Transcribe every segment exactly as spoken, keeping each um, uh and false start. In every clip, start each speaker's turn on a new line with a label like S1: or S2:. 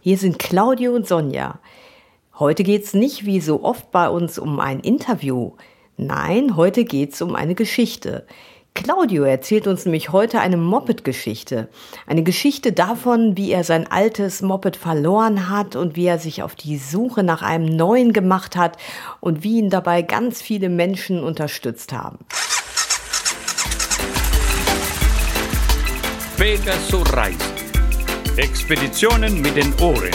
S1: hier sind Claudio und Sonja. Heute geht's nicht wie so oft bei uns um ein Interview. Nein, heute geht's um eine Geschichte. Claudio erzählt uns nämlich heute eine Moped-Geschichte. Eine Geschichte davon, wie er sein altes Moped verloren hat und wie er sich auf die Suche nach einem neuen gemacht hat und wie ihn dabei ganz viele Menschen unterstützt haben.
S2: Pegasus Reisen. Expeditionen mit den Ohren.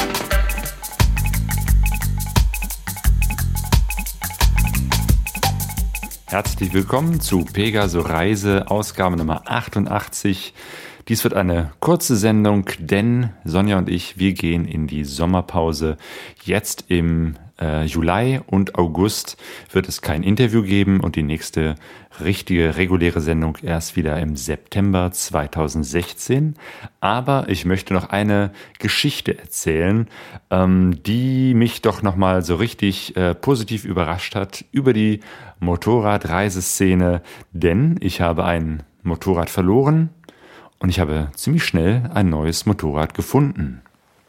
S3: Herzlich willkommen zu Pegasus Reise, Ausgabe Nummer achtundachtzig. Dies wird eine kurze Sendung, denn Sonja und ich, wir gehen in die Sommerpause. Jetzt im äh, Juli und August wird es kein Interview geben und die nächste richtige, reguläre Sendung erst wieder im September zweitausendsechzehn. Aber ich möchte noch eine Geschichte erzählen, ähm, die mich doch nochmal so richtig äh, positiv überrascht hat über die Motorradreiseszene, denn ich habe ein Motorrad verloren und ich habe ziemlich schnell ein neues Motorrad gefunden.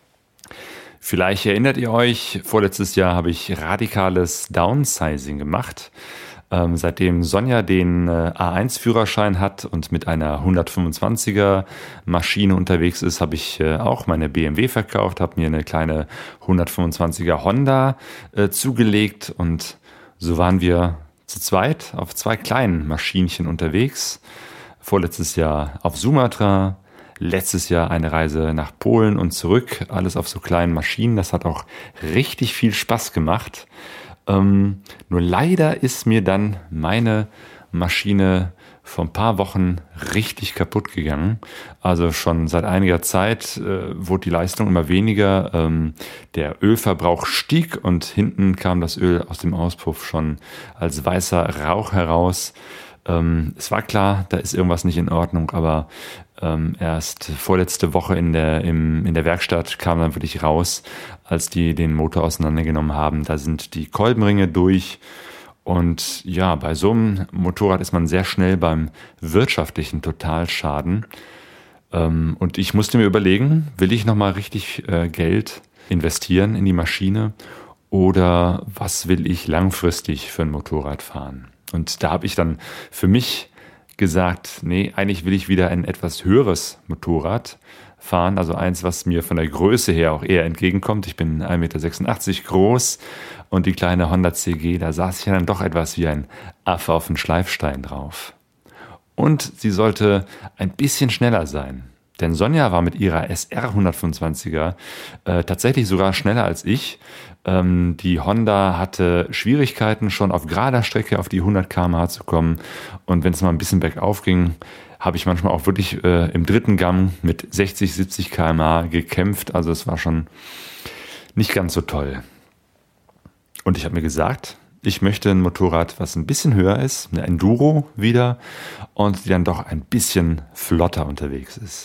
S3: Vielleicht erinnert ihr euch, vorletztes Jahr habe ich radikales Downsizing gemacht. Ähm, seitdem Sonja den äh, A eins Führerschein hat und mit einer hundertfünfundzwanziger Maschine unterwegs ist, habe ich äh, auch meine B M W verkauft, habe mir eine kleine hundertfünfundzwanziger Honda äh, zugelegt und so waren wir zu zweit auf zwei kleinen Maschinchen unterwegs. Vorletztes Jahr auf Sumatra, letztes Jahr eine Reise nach Polen und zurück, alles auf so kleinen Maschinen. Das hat auch richtig viel Spaß gemacht. Ähm, nur leider ist mir dann meine Maschine vor ein paar Wochen richtig kaputt gegangen. Also schon seit einiger Zeit äh, wurde die Leistung immer weniger. Ähm, der Ölverbrauch stieg und hinten kam das Öl aus dem Auspuff schon als weißer Rauch heraus. Ähm, es war klar, da ist irgendwas nicht in Ordnung, aber ähm, erst vorletzte Woche in der, im, in der Werkstatt kam dann wirklich raus, als die den Motor auseinandergenommen haben. Da sind die Kolbenringe durch. Und ja, bei so einem Motorrad ist man sehr schnell beim wirtschaftlichen Totalschaden. Ähm, und ich musste mir überlegen, will ich nochmal richtig äh, Geld investieren in die Maschine oder was will ich langfristig für ein Motorrad fahren? Und da habe ich dann für mich gesagt, nee, eigentlich will ich wieder ein etwas höheres Motorrad fahren, also eins, was mir von der Größe her auch eher entgegenkommt. Ich bin ein Meter sechsundachtzig groß und die kleine Honda C G, da saß ich ja dann doch etwas wie ein Affe auf einen Schleifstein drauf. Und sie sollte ein bisschen schneller sein. Denn Sonja war mit ihrer S R hundertfünfundzwanziger äh, tatsächlich sogar schneller als ich. Ähm, die Honda hatte Schwierigkeiten, schon auf gerader Strecke auf die hundert Kilometer pro Stunde zu kommen. Und wenn es mal ein bisschen bergauf ging, habe ich manchmal auch wirklich äh, im dritten Gang mit sechzig, siebzig Kilometer pro Stunde gekämpft. Also es war schon nicht ganz so toll. Und ich habe mir gesagt, ich möchte ein Motorrad, was ein bisschen höher ist, eine Enduro wieder und die dann doch ein bisschen flotter unterwegs ist.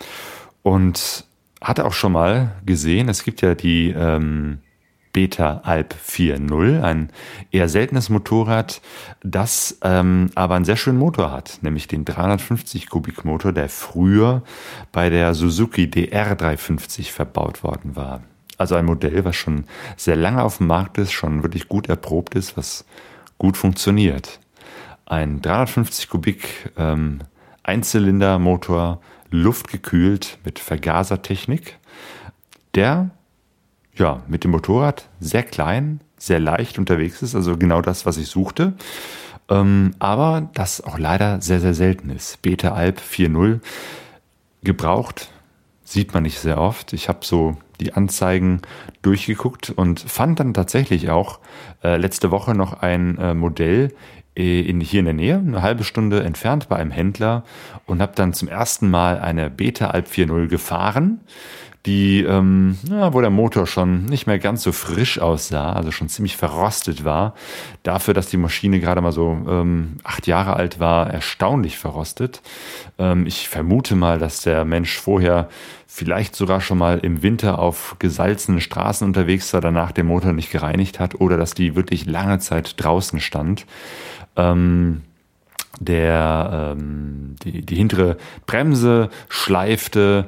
S3: Und hatte auch schon mal gesehen, es gibt ja die ähm, Beta Alp vier Punkt null, ein eher seltenes Motorrad, das ähm, aber einen sehr schönen Motor hat, nämlich den dreihundertfünfzig Kubik Motor, der früher bei der Suzuki D R dreihundertfünfzig verbaut worden war. Also ein Modell, was schon sehr lange auf dem Markt ist, schon wirklich gut erprobt ist, was gut funktioniert. Ein dreihundertfünfzig Kubik ähm, Einzylinder-Motor, luftgekühlt mit Vergasertechnik, der ja mit dem Motorrad sehr klein, sehr leicht unterwegs ist, also genau das, was ich suchte, ähm, aber das auch leider sehr, sehr selten ist. Beta Alp vier Punkt null gebraucht, sieht man nicht sehr oft. Ich habe so die Anzeigen durchgeguckt und fand dann tatsächlich auch äh, letzte Woche noch ein äh, Modell in, hier in der Nähe, eine halbe Stunde entfernt bei einem Händler und habe dann zum ersten Mal eine Beta Alp vier Punkt null gefahren, die, ähm, ja, wo der Motor schon nicht mehr ganz so frisch aussah, also schon ziemlich verrostet war. Dafür, dass die Maschine gerade mal so ähm, acht Jahre alt war, erstaunlich verrostet. Ähm, ich vermute mal, dass der Mensch vorher vielleicht sogar schon mal im Winter auf gesalzenen Straßen unterwegs war, danach den Motor nicht gereinigt hat oder dass die wirklich lange Zeit draußen stand. Ähm, der ähm, die, die hintere Bremse schleifte,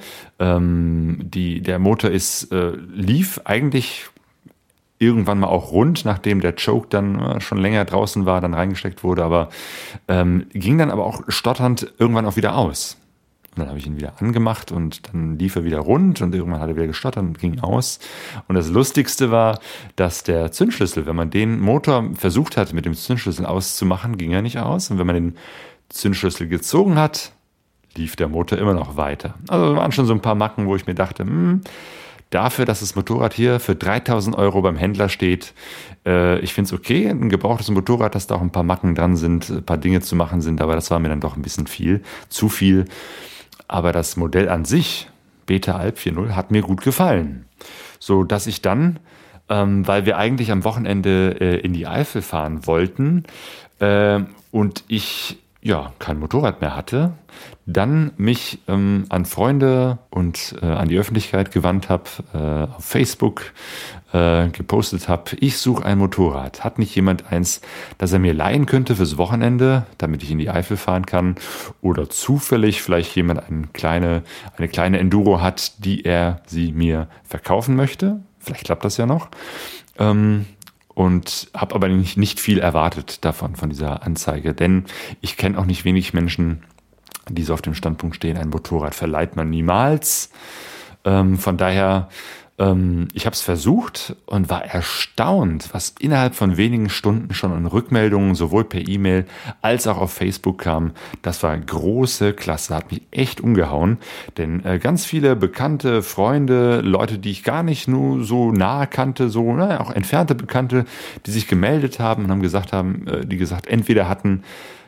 S3: ähm, die, der Motor ist äh, lief eigentlich irgendwann mal auch rund, nachdem der Choke dann äh, schon länger draußen war, dann reingesteckt wurde, aber ähm, ging dann aber auch stotternd irgendwann auch wieder aus. Und dann habe ich ihn wieder angemacht und dann lief er wieder rund und irgendwann hat er wieder gestottert und ging aus. Und das Lustigste war, dass der Zündschlüssel, wenn man den Motor versucht hat, mit dem Zündschlüssel auszumachen, ging er nicht aus. Und wenn man den Zündschlüssel gezogen hat, lief der Motor immer noch weiter. Also waren schon so ein paar Macken, wo ich mir dachte, hm, dafür, dass das Motorrad hier für dreitausend Euro beim Händler steht, äh, ich finde es okay, ein gebrauchtes Motorrad, dass da auch ein paar Macken dran sind, ein paar Dinge zu machen sind, aber das war mir dann doch ein bisschen viel, zu viel. Aber das Modell an sich, Beta Alp vier Punkt null, hat mir gut gefallen. So dass ich dann, ähm, weil wir eigentlich am Wochenende äh, in die Eifel fahren wollten äh, und ich ja kein Motorrad mehr hatte, dann mich ähm, an Freunde und äh, an die Öffentlichkeit gewandt habe, äh, auf Facebook äh, gepostet habe, ich suche ein Motorrad. Hat nicht jemand eins, das er mir leihen könnte fürs Wochenende, damit ich in die Eifel fahren kann? Oder zufällig vielleicht jemand eine kleine, eine kleine Enduro hat, die er sie mir verkaufen möchte? Vielleicht klappt das ja noch. Ähm, Und habe aber nicht, nicht viel erwartet davon, von dieser Anzeige. Denn ich kenne auch nicht wenig Menschen, die so auf dem Standpunkt stehen, ein Motorrad verleiht man niemals. Ähm, von daher, ähm, ich habe es versucht und war erstaunt, was innerhalb von wenigen Stunden schon an Rückmeldungen sowohl per E-Mail als auch auf Facebook kam. Das war große Klasse, hat mich echt umgehauen. Denn äh, ganz viele bekannte Freunde, Leute, die ich gar nicht nur so nahe kannte, so naja, auch entfernte Bekannte, die sich gemeldet haben und haben gesagt haben, äh, die gesagt, entweder hatten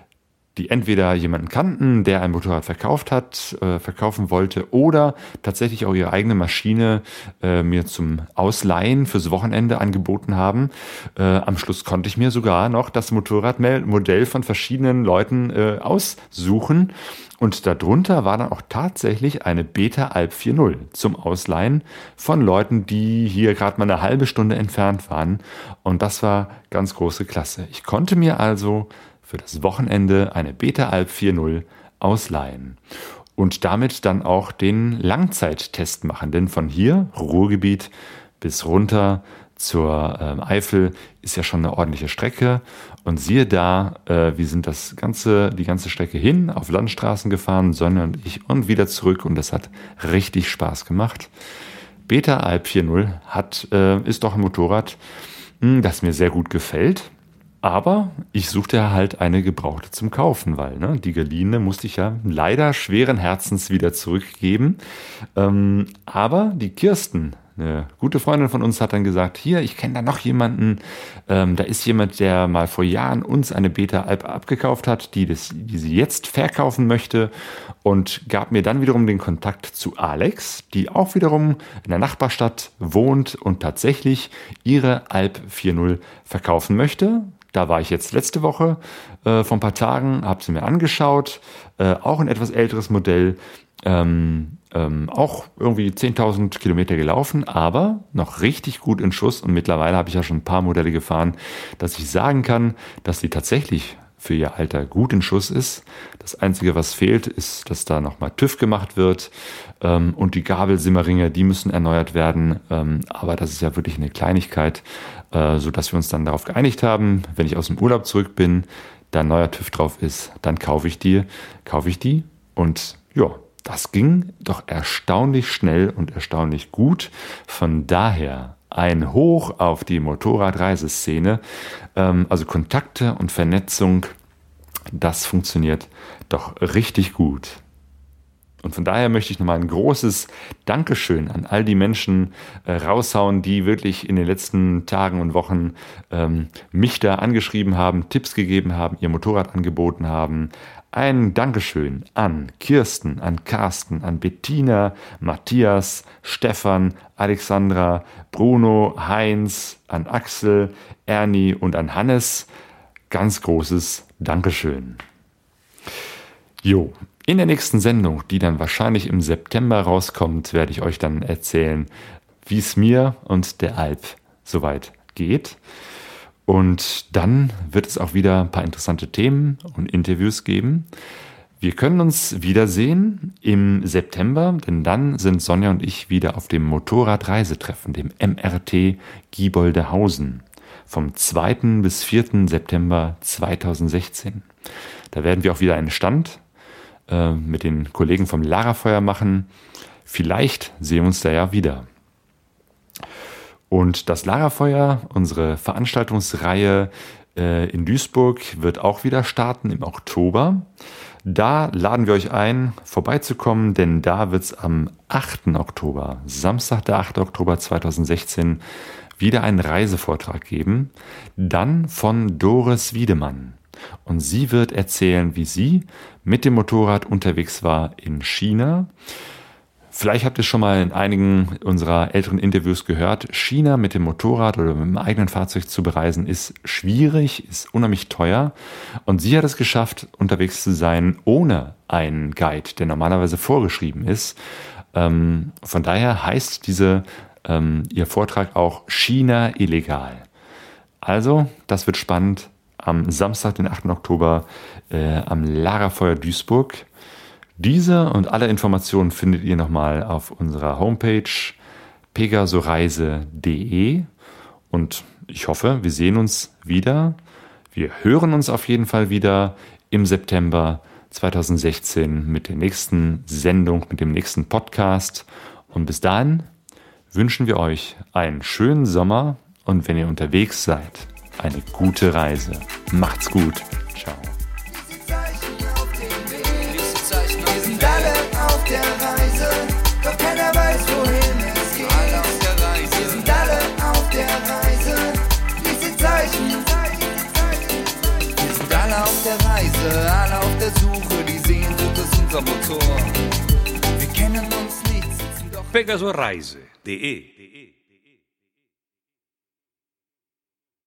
S3: die entweder jemanden kannten, der ein Motorrad verkauft hat, äh, verkaufen wollte, oder tatsächlich auch ihre eigene Maschine äh, mir zum Ausleihen fürs Wochenende angeboten haben. Äh, am Schluss konnte ich mir sogar noch das Motorradmodell von verschiedenen Leuten äh, aussuchen. Und darunter war dann auch tatsächlich eine Beta Alp vier Punkt null zum Ausleihen von Leuten, die hier gerade mal eine halbe Stunde entfernt waren. Und das war ganz große Klasse. Ich konnte mir also für das Wochenende eine Beta Alp vier Punkt null ausleihen und damit dann auch den Langzeittest machen. Denn von hier, Ruhrgebiet, bis runter zur ähm, Eifel ist ja schon eine ordentliche Strecke. Und siehe da, äh, wir sind das ganze, die ganze Strecke hin auf Landstraßen gefahren, Sonja und ich, und wieder zurück. Und das hat richtig Spaß gemacht. Beta Alp vier Punkt null hat, äh, ist doch ein Motorrad, mh, das mir sehr gut gefällt. Aber ich suchte halt eine gebrauchte zum Kaufen, weil ne, die geliehene musste ich ja leider schweren Herzens wieder zurückgeben. Ähm, aber die Kirsten, eine gute Freundin von uns, hat dann gesagt, hier, ich kenne da noch jemanden, ähm, da ist jemand, der mal vor Jahren uns eine Beta Alp abgekauft hat, die, das, die sie jetzt verkaufen möchte, und gab mir dann wiederum den Kontakt zu Alex, die auch wiederum in der Nachbarstadt wohnt und tatsächlich ihre Alp vier Punkt null verkaufen möchte. Da war ich jetzt letzte Woche äh, vor ein paar Tagen, habe sie mir angeschaut, äh, auch ein etwas älteres Modell, ähm, ähm, auch irgendwie zehntausend Kilometer gelaufen, aber noch richtig gut in Schuss, und mittlerweile habe ich ja schon ein paar Modelle gefahren, dass ich sagen kann, dass sie tatsächlich für ihr Alter gut in Schuss ist. Das Einzige, was fehlt, ist, dass da nochmal TÜV gemacht wird, ähm, und die Gabelsimmerringe, die müssen erneuert werden, ähm, aber das ist ja wirklich eine Kleinigkeit, äh, so dass wir uns dann darauf geeinigt haben, wenn ich aus dem Urlaub zurück bin, da ein neuer TÜV drauf ist, dann kaufe ich die, kaufe ich die und ja, das ging doch erstaunlich schnell und erstaunlich gut. Von daher ein Hoch auf die Motorradreiseszene, ähm, also Kontakte und Vernetzung, das funktioniert doch richtig gut. Und von daher möchte ich nochmal ein großes Dankeschön an all die Menschen äh, raushauen, die wirklich in den letzten Tagen und Wochen ähm, mich da angeschrieben haben, Tipps gegeben haben, ihr Motorrad angeboten haben. Ein Dankeschön an Kirsten, an Carsten, an Bettina, Matthias, Stefan, Alexandra, Bruno, Heinz, an Axel, Ernie und an Hannes. Ganz großes Dankeschön. Jo. In der nächsten Sendung, die dann wahrscheinlich im September rauskommt, werde ich euch dann erzählen, wie es mir und der Alp soweit geht. Und dann wird es auch wieder ein paar interessante Themen und Interviews geben. Wir können uns wiedersehen im September, denn dann sind Sonja und ich wieder auf dem Motorradreisetreffen, dem M R T Gieboldehausen, vom zweiten bis vierten September zweitausendsechzehn. Da werden wir auch wieder einen Stand äh, mit den Kollegen vom Lagerfeuer machen. Vielleicht sehen wir uns da ja wieder. Und das Lagerfeuer, unsere Veranstaltungsreihe äh, in Duisburg, wird auch wieder starten im Oktober. Da laden wir euch ein, vorbeizukommen, denn da wird es am achten Oktober, Samstag, der achte Oktober zweitausendsechzehn, wieder einen Reisevortrag geben, dann von Doris Wiedemann. Und sie wird erzählen, wie sie mit dem Motorrad unterwegs war in China. Vielleicht habt ihr schon mal in einigen unserer älteren Interviews gehört, China mit dem Motorrad oder mit dem eigenen Fahrzeug zu bereisen ist schwierig, ist unheimlich teuer. Und sie hat es geschafft, unterwegs zu sein ohne einen Guide, der normalerweise vorgeschrieben ist. Ähm, von daher heißt diese, ähm, ihr Vortrag auch China illegal. Also, das wird spannend am Samstag, den achten Oktober äh, am Lagerfeuer Duisburg. Diese und alle Informationen findet ihr nochmal auf unserer Homepage pegasoreise punkt de und ich hoffe, wir sehen uns wieder. Wir hören uns auf jeden Fall wieder im September zweitausendsechzehn mit der nächsten Sendung, mit dem nächsten Podcast. Und bis dahin wünschen wir euch einen schönen Sommer und wenn ihr unterwegs seid, eine gute Reise. Macht's gut. Ciao.
S4: Der Reise, doch keiner weiß, wohin es geht. Alle auf der Reise, wir sind alle auf der Reise. Diese Zeichen, wir sind alle auf der Reise, alle auf der Suche. Die Sehnsucht ist unser Motor. Wir kennen uns nicht, sitzen doch.
S2: pegasoreise punkt de